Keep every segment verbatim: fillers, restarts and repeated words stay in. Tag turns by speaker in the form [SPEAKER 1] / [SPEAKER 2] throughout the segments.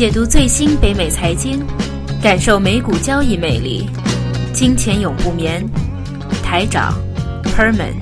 [SPEAKER 1] 解读最新北美财经，感受美股交易魅力。金钱永不眠，台长 Herman。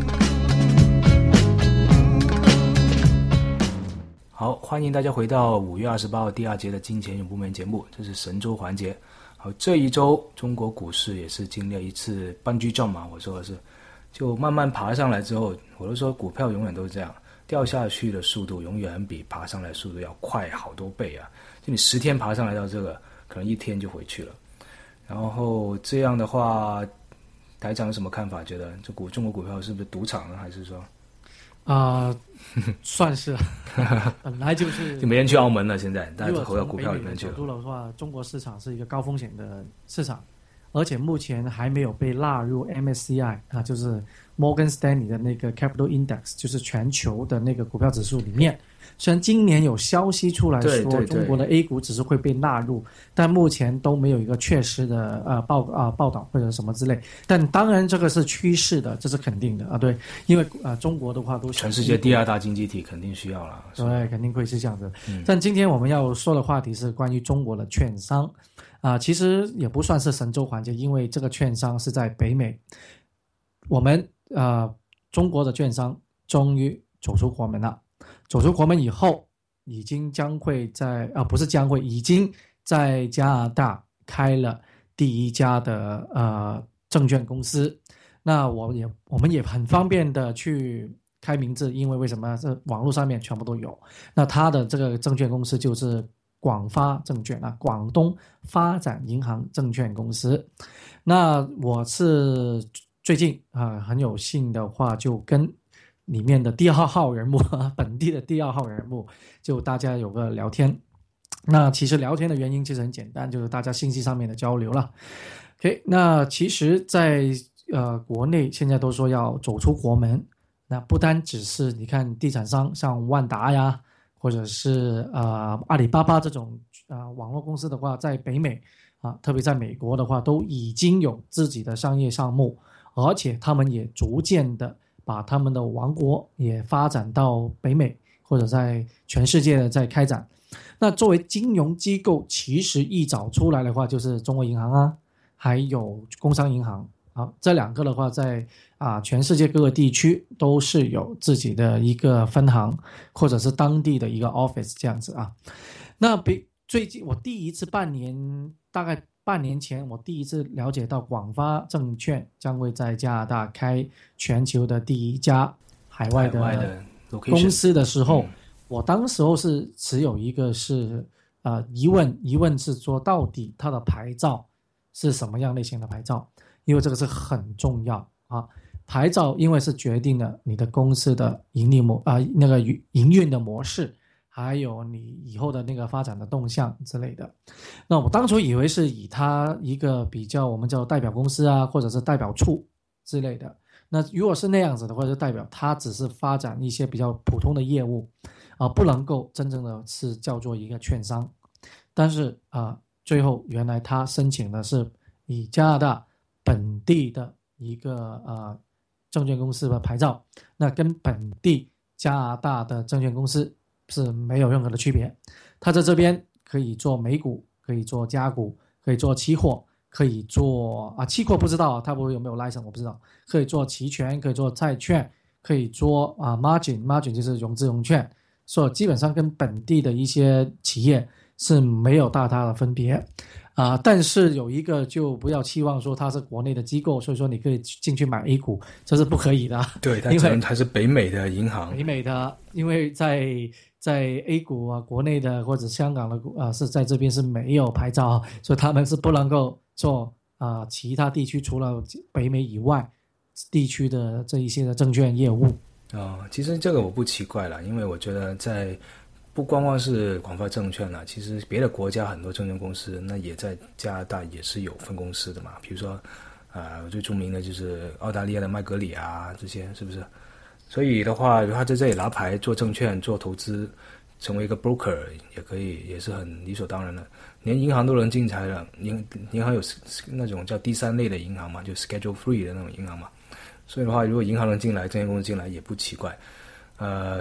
[SPEAKER 2] 好，欢迎大家回到五月二十八号第二节的金钱永不眠节目，这是神州环节。好，这一周中国股市也是经历了一次班居正嘛，我说的是，就慢慢爬上来之后，我都说股票永远都是这样，掉下去的速度永远比爬上来的速度要快好多倍啊！就你十天爬上来到这个，可能一天就回去了。然后这样的话，台长有什么看法？觉得这股中国股票是不是赌场呢？还是说？
[SPEAKER 3] 啊、呃，算是，本来就是
[SPEAKER 2] 就没人去澳门了。现在大家都投到股票里面去了。
[SPEAKER 3] 角度的话，中国市场是一个高风险的市场，而且目前还没有被纳入 M S C I 啊，就是 Morgan Stanley 的那个 Capital Index， 就是全球的那个股票指数里面。虽然今年有消息出来说中国的 A 股指数会被纳入，但目前都没有一个确实的呃报啊、呃、报道或者什么之类。但当然这个是趋势的，这是肯定的啊，对，因为啊、呃、中国的话都
[SPEAKER 2] 全世界第二大经济体，肯定需要了，
[SPEAKER 3] 对，肯定会是这样子。嗯、但今天我们要说的话题是关于中国的券商啊、呃，其实也不算是神州环节，因为这个券商是在北美，我们啊、呃、中国的券商终于走出国门了。走出国门以后，已经将会在啊不是将会，已经在加拿大开了第一家的呃证券公司。那我也我们也很方便的去开名字，因为为什么？这网络上面全部都有。那它的这个证券公司就是广发证券啊，广东发展银行证券公司。那我是最近啊很有幸的话，就跟里面的第二号人物，本地的第二号人物，就大家有个聊天。那其实聊天的原因其实很简单，就是大家信息上面的交流了。OK， 那其实在呃国内现在都说要走出国门，那不单只是你看地产商像万达呀，或者是呃阿里巴巴这种呃网络公司的话，在北美啊，特别在美国的话，都已经有自己的商业项目，而且他们也逐渐的把他们的王国也发展到北美，或者在全世界的在开展。那作为金融机构，其实一早出来的话就是中国银行啊，还有工商银行啊，这两个的话在啊全世界各个地区都是有自己的一个分行，或者是当地的一个 office 这样子啊。那比最近我第一次半年大概半年前，我第一次了解到广发证券将会在加拿大开全球的第一家海外的公司的时候，嗯、我当时候是持有一个是呃疑问，疑问是说到底它的牌照是什么样类型的牌照？因为这个是很重要啊。牌照因为是决定了你的公司的盈利模啊、呃、那个营运的模式。还有你以后的那个发展的动向之类的。那我当初以为是以它一个比较我们叫代表公司啊，或者是代表处之类的。那如果是那样子的话，就代表它只是发展一些比较普通的业务啊、呃，不能够真正的是叫做一个券商。但是啊、呃，最后原来他申请的是以加拿大本地的一个呃证券公司的牌照，那跟本地加拿大的证券公司是没有任何的区别。他在这边可以做美股，可以做加股，可以做期货，可以做啊期货不知道他不会有没有 license 我不知道，可以做期权，可以做债券，可以做啊 margin margin 就是融资融券，所以基本上跟本地的一些企业是没有大大的分别啊，但是有一个就不要期望说它是国内的机构，所以说你可以进去买 A 股，这是不可以的。
[SPEAKER 2] 对，它可能还是北美的银行，
[SPEAKER 3] 北美的，因为在在 A 股啊，国内的或者香港的啊是在这边是没有牌照，所以他们是不能够做啊其他地区除了北美以外地区的这一些的证券业务。
[SPEAKER 2] 哦，其实这个我不奇怪了，因为我觉得在不光光是广发证券啦，其实别的国家很多证券公司那也在加拿大也是有分公司的嘛，比如说呃最著名的就是澳大利亚的麦格里啊，这些是不是？所以的话他在这里拿牌做证券做投资，成为一个 broker 也可以，也是很理所当然的。连银行都能进来了，银银行有那种叫第三类的银行嘛，就 Schedule three 的那种银行嘛，所以的话如果银行能进来，证券公司进来也不奇怪。呃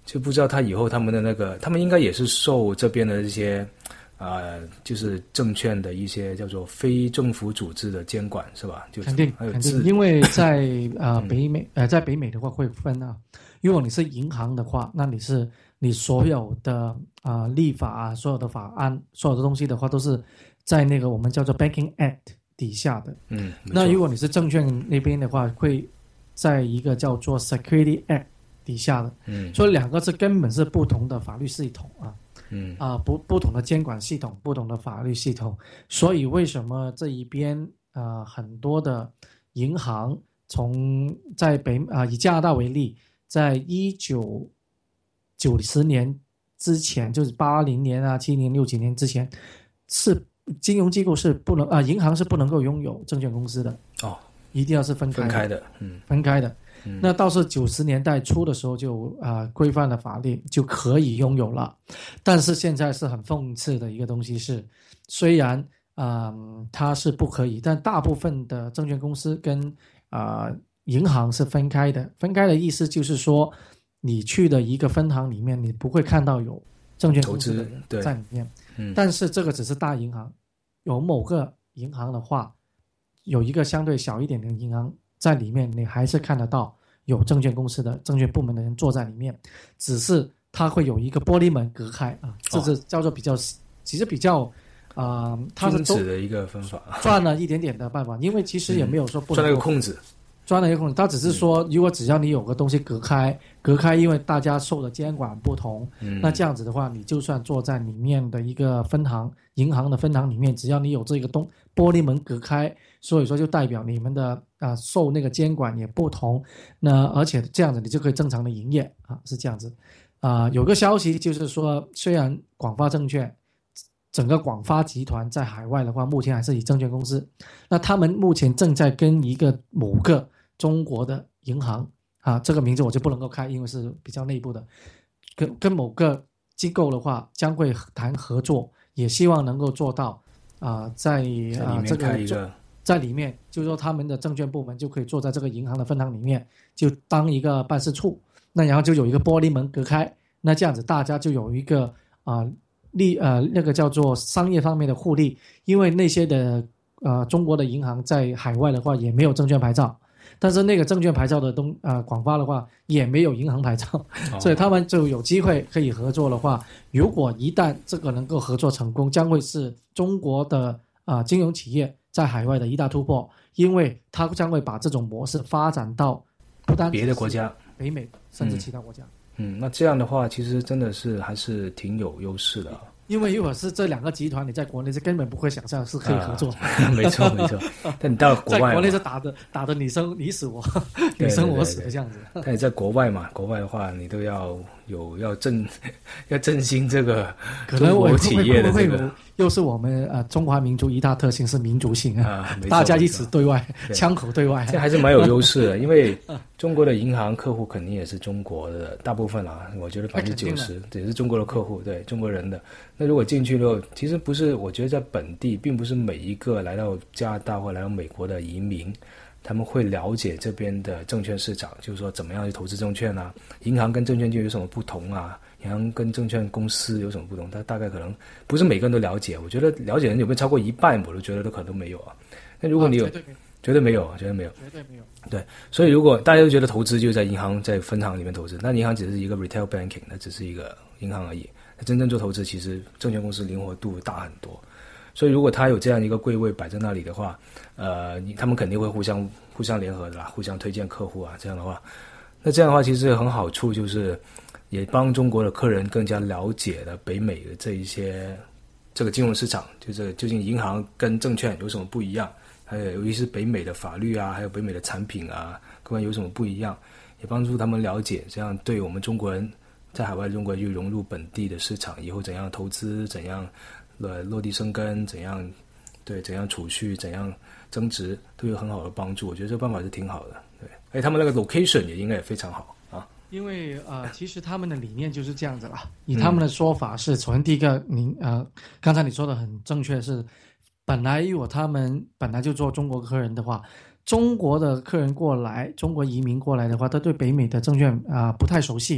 [SPEAKER 2] 就不知道他以后他们的那个，他们应该也是受这边的这些呃，就是证券的一些叫做非政府组织的监管，是吧？就
[SPEAKER 3] 肯定
[SPEAKER 2] 还有
[SPEAKER 3] 肯定，因为在呃北美呃在北美的话会分啊，如果你是银行的话，那你是你所有的啊、呃、立法啊，所有的法案，所有的东西的话都是在那个我们叫做 Banking Act 底下的。
[SPEAKER 2] 嗯，
[SPEAKER 3] 那如果你是证券那边的话，会在一个叫做 Security Act 底下的。嗯，所以两个是根本是不同的法律系统啊。嗯啊，不不同的监管系统，不同的法律系统，所以为什么这一边啊、呃、很多的银行从在北啊、呃、以加拿大为例，在一九九十年之前，就是八零年啊、七零六几年之前，是金融机构是不能啊、呃、银行是不能够拥有证券公司的哦，一定要是分开的
[SPEAKER 2] 分开的，嗯，
[SPEAKER 3] 分开的。那倒是九十年代初的时候就啊、呃、规范了法律就可以拥有了，但是现在是很讽刺的一个东西是，虽然啊、呃、它是不可以，但大部分的证券公司跟啊、呃、银行是分开的。分开的意思就是说，你去的一个分行里面，你不会看到有证券公司的人在里面，嗯，但是这个只是大银行，有某个银行的话，有一个相对小一点的银行。在里面你还是看得到有证券公司的证券部门的人坐在里面，只是它会有一个玻璃门隔开啊，这是叫做比较、哦、其实比较啊、呃，它是
[SPEAKER 2] 君子的一个分法，
[SPEAKER 3] 赚了一点点的办法，因为其实也没有说不能、
[SPEAKER 2] 嗯、赚了一个空子，
[SPEAKER 3] 赚了一个空子，它只是说如果只要你有个东西隔开，隔开，因为大家受的监管不同、嗯，那这样子的话，你就算坐在里面的一个分行银行的分行里面，只要你有这个东玻璃门隔开，所以说就代表你们的啊、呃、受那个监管也不同，那而且这样子你就可以正常的营业啊，是这样子啊、呃。有个消息就是说，虽然广发证券整个广发集团在海外的话，目前还是以证券公司，那他们目前正在跟一个某个中国的银行啊，这个名字我就不能够开，因为是比较内部的，跟跟某个机构的话将会谈合作，也希望能够做到啊、呃，在啊、呃、这个在里面，就是说他们的证券部门就可以坐在这个银行的分行里面，就当一个办事处，那然后就有一个玻璃门隔开，那这样子大家就有一个啊、呃、利呃那个叫做商业方面的互利，因为那些的呃中国的银行在海外的话也没有证券牌照。但是那个证券牌照的东呃广发的话也没有银行牌照、哦、所以他们就有机会可以合作的话，如果一旦这个能够合作成功，将会是中国的啊、呃、金融企业在海外的一大突破，因为它将会把这种模式发展到不单
[SPEAKER 2] 别的国家，
[SPEAKER 3] 北美甚至其他国家。
[SPEAKER 2] 嗯，那这样的话其实真的是还是挺有优势的。
[SPEAKER 3] 因为如果是这两个集团，你在国内是根本不会想象是可以合作、
[SPEAKER 2] 啊、没错没错。但你到国外，
[SPEAKER 3] 在国内是打的打的你生你死我你生我死的这样子。
[SPEAKER 2] 对对对对，但你在国外嘛，国外的话你都要有要振要振兴这个中国企业的这个。
[SPEAKER 3] 又是我们呃中华民族一大特性是民族性啊，大家一起对外，枪口对外，
[SPEAKER 2] 这还是蛮有优势的。因为中国的银行客户肯定也是中国的大部分啦，我觉得百分之九十也是中国的客户，对中国人的。那如果进去了，其实不是，我觉得在本地并不是每一个来到加拿大或来到美国的移民，他们会了解这边的证券市场，就是说怎么样去投资证券啊，银行跟证券就有什么不同啊，银行跟证券公司有什么不同，他大概可能不是每个人都了解，我觉得了解人有没有超过一半，我都觉得都可能都没有啊。那如果你有、啊、绝对没有绝对没有绝对没有
[SPEAKER 3] 绝对没有
[SPEAKER 2] 对，所以如果大家都觉得投资就是在银行在分行里面投资，那银行只是一个 retail banking， 那只是一个银行而已，真正做投资其实证券公司灵活度大很多。所以如果他有这样一个柜位摆在那里的话，呃，他们肯定会互相互相联合的啦，互相推荐客户啊，这样的话，那这样的话其实很好处，就是也帮中国的客人更加了解了北美的这一些这个金融市场，就是究竟银行跟证券有什么不一样，还有尤其是北美的法律啊，还有北美的产品啊，各方有什么不一样，也帮助他们了解，这样对我们中国人在海外的中国人就融入本地的市场以后怎样投资，怎样呃落地生根，怎样对怎样储蓄，怎样增值，都有很好的帮助。我觉得这个办法是挺好的，对。而且他们那个 location 也应该也非常好啊。
[SPEAKER 3] 因为呃，其实他们的理念就是这样子啦。以他们的说法是，首先第一个，您呃，刚才你说的很正确，是本来如果他们本来就做中国客人的话，中国的客人过来，中国移民过来的话，他对北美的证券啊、呃、不太熟悉。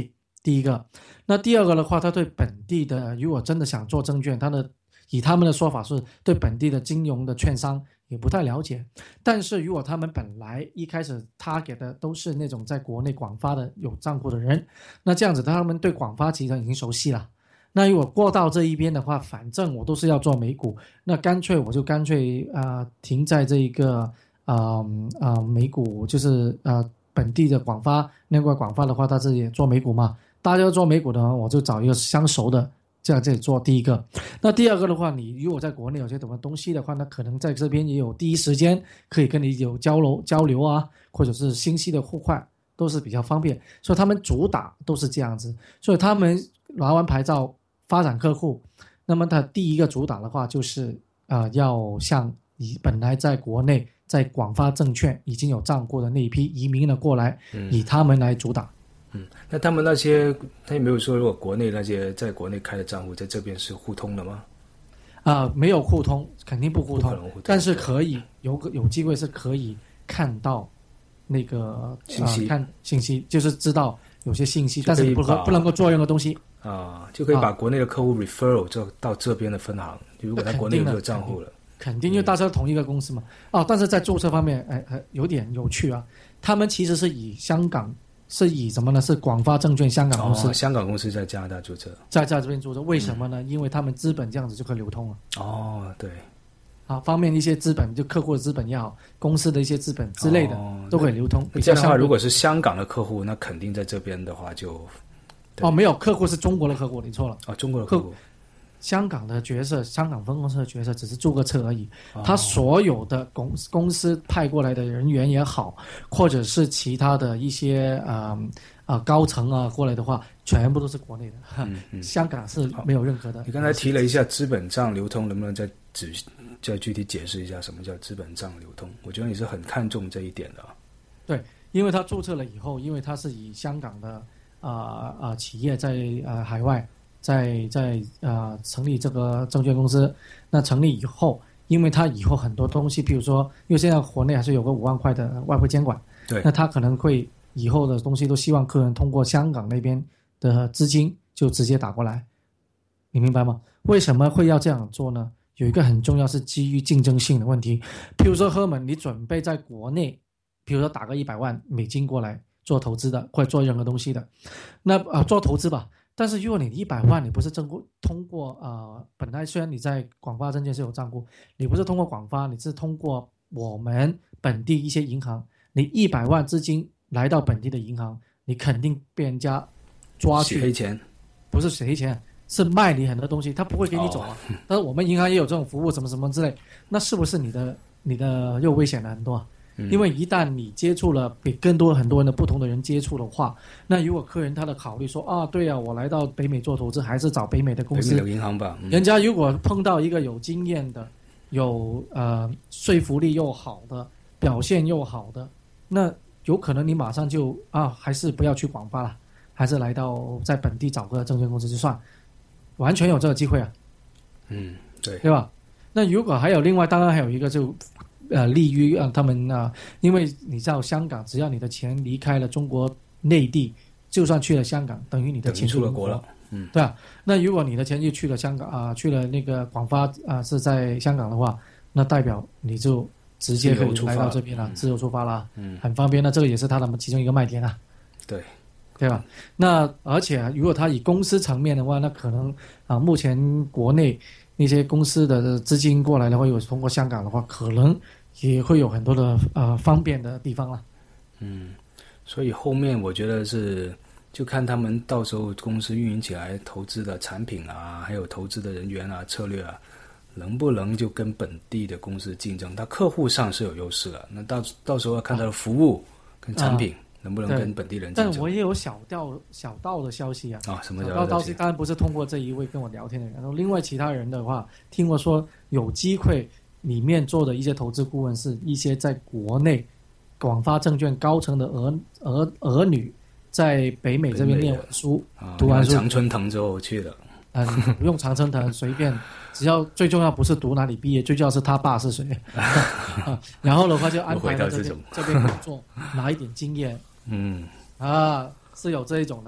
[SPEAKER 3] 第一个。那第二个的话，他对本地的如果真的想做证券，他的以他们的说法是对本地的金融的券商也不太了解。但是如果他们本来一开始 target 的都是那种在国内广发的有账户的人，那这样子他们对广发集团已经熟悉了。那如果过到这一边的话，反正我都是要做美股，那干脆我就干脆呃停在这一个呃呃美股，就是呃本地的广发，那块广发的话，他自己也做美股嘛，大家都做美股的话，我就找一个相熟的，这样这里做第一个。那第二个的话，你如果在国内有些什么东西的话，那可能在这边也有第一时间可以跟你有交流交流啊，或者是信息的互换，都是比较方便。所以他们主打都是这样子，所以他们拿完牌照发展客户，那么他第一个主打的话就是呃要向以本来在国内在广发证券已经有账户的那一批移民了过来，嗯、以他们来主打。
[SPEAKER 2] 嗯，那他们那些他有没有说，如果国内那些在国内开的账户在这边是互通的吗？
[SPEAKER 3] 啊、呃，没有互通，肯定不互通，
[SPEAKER 2] 不可能互通，
[SPEAKER 3] 但是可以有有机会是可以看到那个
[SPEAKER 2] 信息、呃，
[SPEAKER 3] 看信息就是知道有些信息，但是不不能够做任何东西。
[SPEAKER 2] 啊，就可以把国内的客户 referral 就到这边的分行，如果他国内有这个账户了，
[SPEAKER 3] 肯定因为大家同一个公司嘛。嗯、哦，但是在注册方面，哎哎，有点有趣啊。他们其实是以香港，是以什么呢？是广发证券香港公司，
[SPEAKER 2] 哦、香港公司在加拿大注册，
[SPEAKER 3] 在在这边注册，为什么呢？嗯、因为他们资本这样子就可以流通了。
[SPEAKER 2] 哦，对。
[SPEAKER 3] 啊，方面一些资本，就客户的资本也好，公司的一些资本之类的、哦、都可以流通。
[SPEAKER 2] 这样的话，如果是香港的客户，那肯定在这边的话就。
[SPEAKER 3] 哦，没有，客户是中国的客户，你错了。
[SPEAKER 2] 哦，中国的客户，
[SPEAKER 3] 香港的角色，香港分公司的角色只是注个册而已。哦、他所有的公公司派过来的人员也好，或者是其他的一些呃呃高层啊过来的话，全部都是国内的。嗯嗯、香港是没有任何的。
[SPEAKER 2] 你刚才提了一下资本账流通，能不能再仔再具体解释一下什么叫资本账流通？我觉得你是很看重这一点的。
[SPEAKER 3] 对，因为他注册了以后，因为他是以香港的。啊、呃、啊、呃！企业在呃海外，在在呃成立这个证券公司，那成立以后，因为他以后很多东西，比如说，因为现在国内还是有个五万块的外汇监管，
[SPEAKER 2] 对，
[SPEAKER 3] 那他可能会以后的东西都希望客人通过香港那边的资金就直接打过来，你明白吗？为什么会要这样做呢？有一个很重要是基于竞争性的问题，譬如说赫本，你准备在国内，比如说打个一百万美金过来。做投资的或者做任何东西的，那啊、呃、做投资吧。但是如果你一百万你不是通过通过呃本来虽然你在广发证券是有账户，你不是通过广发，你是通过我们本地一些银行，你一百万资金来到本地的银行，你肯定被人家抓去
[SPEAKER 2] 洗黑钱，
[SPEAKER 3] 不是洗黑钱，是卖你很多东西，他不会给你走啊。哦、但是我们银行也有这种服务，什么什么之类，那是不是你的你的又危险了很多啊？因为一旦你接触了比更多很多人的不同的人接触的话，那如果客人他的考虑说啊，对啊，我来到北美做投资，还是找北美的公司，
[SPEAKER 2] 北美的银行吧。嗯、
[SPEAKER 3] 人家如果碰到一个有经验的、有呃说服力又好的、表现又好的，那有可能你马上就啊，还是不要去广发了，还是来到在本地找个证券公司就算，完全有这个机会啊。
[SPEAKER 2] 嗯，对，
[SPEAKER 3] 对吧？那如果还有另外，当然还有一个就。呃，利于让他们啊、呃，因为你知道香港，只要你的钱离开了中国内地，就算去了香港，等于你的钱
[SPEAKER 2] 出了国了，嗯，
[SPEAKER 3] 对啊。那如果你的钱就去了香港啊、呃，去了那个广发啊、呃、是在香港的话，那代表你就直接可以来到这边了，自由出发了，嗯，很方便。那这个也是它的其中一个卖点啊，
[SPEAKER 2] 对，
[SPEAKER 3] 对吧？那而且如果它以公司层面的话，那可能啊、呃，目前国内。那些公司的资金过来的话，有通过香港的话，可能也会有很多的呃方便的地方了。
[SPEAKER 2] 嗯，所以后面我觉得是就看他们到时候公司运营起来，投资的产品啊，还有投资的人员啊、策略啊，能不能就跟本地的公司竞争？他客户上是有优势了，那到到时候要看他的服务跟产品。啊能不能跟本地人竞争？
[SPEAKER 3] 但我也有小道小道的消息啊！
[SPEAKER 2] 啊，什么小
[SPEAKER 3] 道消息？当然不是通过这一位跟我聊天的人，然后另外其他人的话，听我说有机会里面做的一些投资顾问是一些在国内广发证券高层的儿儿儿女，在北美这边念完书，
[SPEAKER 2] 啊、
[SPEAKER 3] 读完书
[SPEAKER 2] 常春藤之后去的。
[SPEAKER 3] 嗯，不用常春藤，随便，只要最重要不是读哪里毕业，最重要是他爸是谁。啊、然后的话就安排到这边这边工作，拿一点经验。
[SPEAKER 2] 嗯
[SPEAKER 3] 啊，是有这一种的。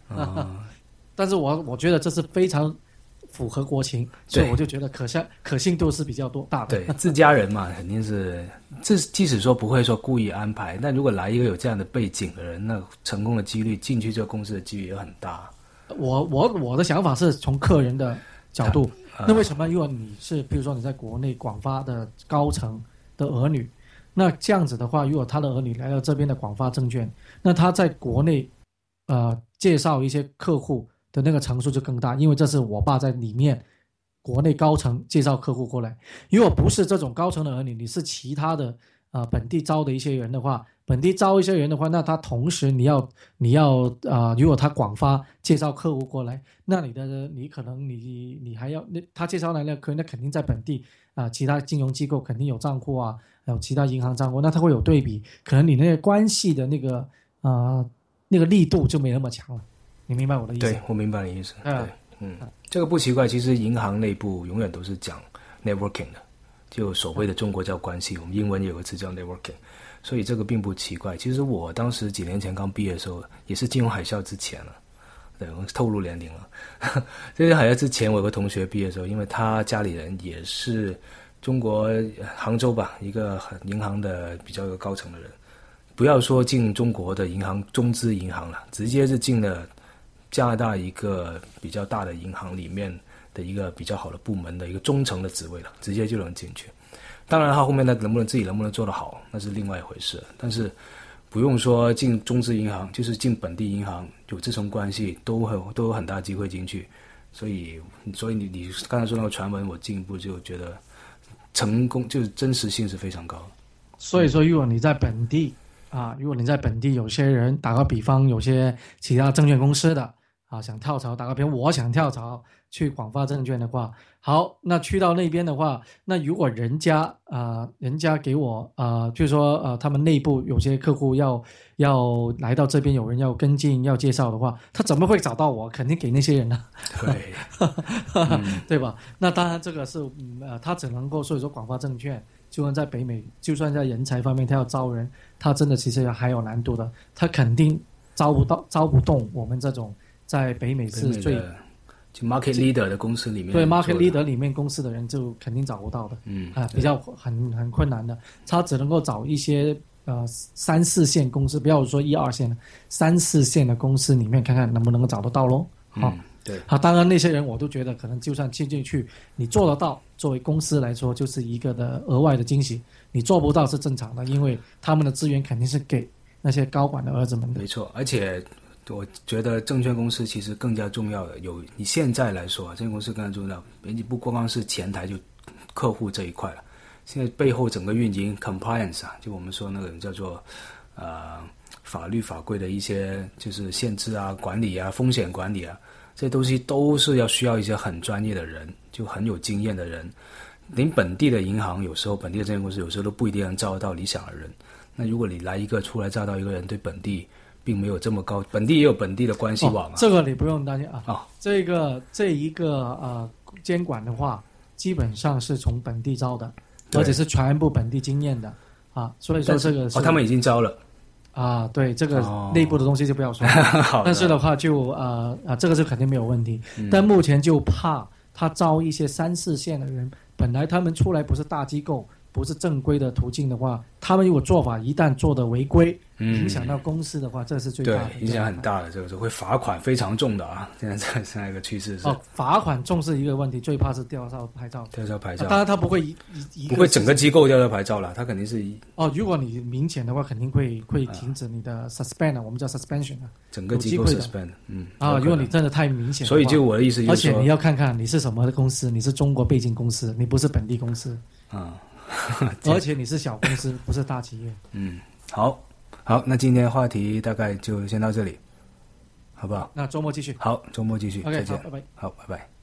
[SPEAKER 2] 哦、
[SPEAKER 3] 但是我我觉得这是非常符合国情，所以我就觉得可信可信度是比较多大的。
[SPEAKER 2] 对，自家人嘛，肯定是这即使说不会说故意安排，但如果来一个有这样的背景的人，那成功的几率进去这个公司的几率也很大。
[SPEAKER 3] 我我我的想法是从客人的角度，啊、那为什么如果你是比如说你在国内广发的高层的儿女，那这样子的话，如果他的儿女来到这边的广发证券，那他在国内呃介绍一些客户的那个层数就更大，因为这是我爸在里面国内高层介绍客户过来。如果不是这种高层的儿女，你是其他的呃本地招的一些人的话，本地招一些人的话，那他同时你要你要啊、呃，如果他广发介绍客户过来，那你的你可能你你还要那他介绍来的客人，那肯定在本地啊、呃，其他金融机构肯定有账户啊，还有其他银行账户，那他会有对比，可能你那个关系的那个啊、呃、那个力度就没那么强了。你明白我的意思？
[SPEAKER 2] 对，我明白你的意思。
[SPEAKER 3] 啊、
[SPEAKER 2] 对，嗯，这个不奇怪。其实银行内部永远都是讲 networking 的，就所谓的中国叫关系，我们英文有个词叫 networking， 所以这个并不奇怪。其实我当时几年前刚毕业的时候，也是金融海啸之前了。对，我透露年龄了。这个海啸之前，我有个同学毕业的时候，因为他家里人也是中国杭州吧一个银行的比较有高层的人，不要说进中国的银行中资银行了，直接是进了加拿大一个比较大的银行里面的一个比较好的部门的一个中层的职位了，直接就能进去。当然他后面呢能不能自己能不能做得好，那是另外一回事。但是不用说进中资银行，就是进本地银行有这层关系都有都有很大机会进去。所以所以你你刚才说那个传闻，我进一步就觉得成功就是真实性是非常高的。
[SPEAKER 3] 所以说如果你在本地啊，如果你在本地有些人打个比方，有些其他证券公司的啊想跳槽，打个比方我想跳槽去广发证券的话，好，那去到那边的话，那如果人家啊、呃、人家给我啊，就是说呃他们内部有些客户要要来到这边，有人要跟进要介绍的话，他怎么会找到我？肯定给那些人呢、啊，
[SPEAKER 2] 对，
[SPEAKER 3] 嗯、对吧？那当然这个是呃他只能够，所以说广发证券就算在北美，就算在人才方面他要招人，他真的其实还有难度的，他肯定招不到招不动我们这种在北美是最
[SPEAKER 2] 就 market leader 的公司里面，
[SPEAKER 3] 对 market leader 里面公司的人就肯定找不到的，
[SPEAKER 2] 嗯
[SPEAKER 3] 啊、呃，比较很很困难的，他只能够找一些呃三四线公司，不要说一二线的，三四线的公司里面看看能不能够找得到咯。好、
[SPEAKER 2] 嗯，对，
[SPEAKER 3] 好，当然那些人我都觉得可能就算进进去，你做得到，作为公司来说就是一个的额外的惊喜，你做不到是正常的，因为他们的资源肯定是给那些高管的儿子们的。
[SPEAKER 2] 没错，而且我觉得证券公司其实更加重要的，有你现在来说，证券公司更加重要，你不光光是前台就客户这一块了，现在背后整个运营 compliance 啊，就我们说那个叫做呃法律法规的一些就是限制啊、管理啊、风险管理啊，这些东西都是要需要一些很专业的人，就很有经验的人。连本地的银行有时候本地的证券公司有时候都不一定能招得到理想的人。那如果你来一个初来乍到一个人对本地并没有这么高，本地也有本地的关系网啊、
[SPEAKER 3] 哦、这个你不用担心啊。
[SPEAKER 2] 哦、
[SPEAKER 3] 这个这一个呃监管的话，基本上是从本地招的，而且是全部本地经验的啊。所以说这个是
[SPEAKER 2] 哦，他们已经招了
[SPEAKER 3] 啊，对，这个内部的东西就不要说。
[SPEAKER 2] 哦、
[SPEAKER 3] 但是的话就呃啊，这个是肯定没有问题。
[SPEAKER 2] 嗯、
[SPEAKER 3] 但目前就怕他招一些三四线的人，本来他们出来不是大机构，不是正规的途径的话，他们如果做法一旦做的违规，
[SPEAKER 2] 嗯、
[SPEAKER 3] 影响到公司的话，这是最大的，
[SPEAKER 2] 对，影响很大的，这个是会罚款非常重的啊！现在这现在一个趋势是
[SPEAKER 3] 哦，罚款重是一个问题，最怕是吊销牌照。
[SPEAKER 2] 吊销牌照，
[SPEAKER 3] 啊、当然他不会一一
[SPEAKER 2] 不会整个机构吊销牌照了，他肯定是一
[SPEAKER 3] 哦，如果你明显的话，肯定会会停止你的 suspend 啊，我们叫 suspension 啊，
[SPEAKER 2] 整个机构 suspend， 嗯
[SPEAKER 3] 啊，如果你真的太明显的话，
[SPEAKER 2] 所以就我的意思就是说，
[SPEAKER 3] 而且你要看看你是什么公司，你是中国背景公司，你不是本地公司
[SPEAKER 2] 啊。
[SPEAKER 3] 而且你是小公司，不是大企业。
[SPEAKER 2] 嗯，好，好，那今天的话题大概就先到这里，好不好？
[SPEAKER 3] 那周末继续。
[SPEAKER 2] 好，周末继续。
[SPEAKER 3] OK，
[SPEAKER 2] 再见。
[SPEAKER 3] 好，拜拜。
[SPEAKER 2] 好，拜拜。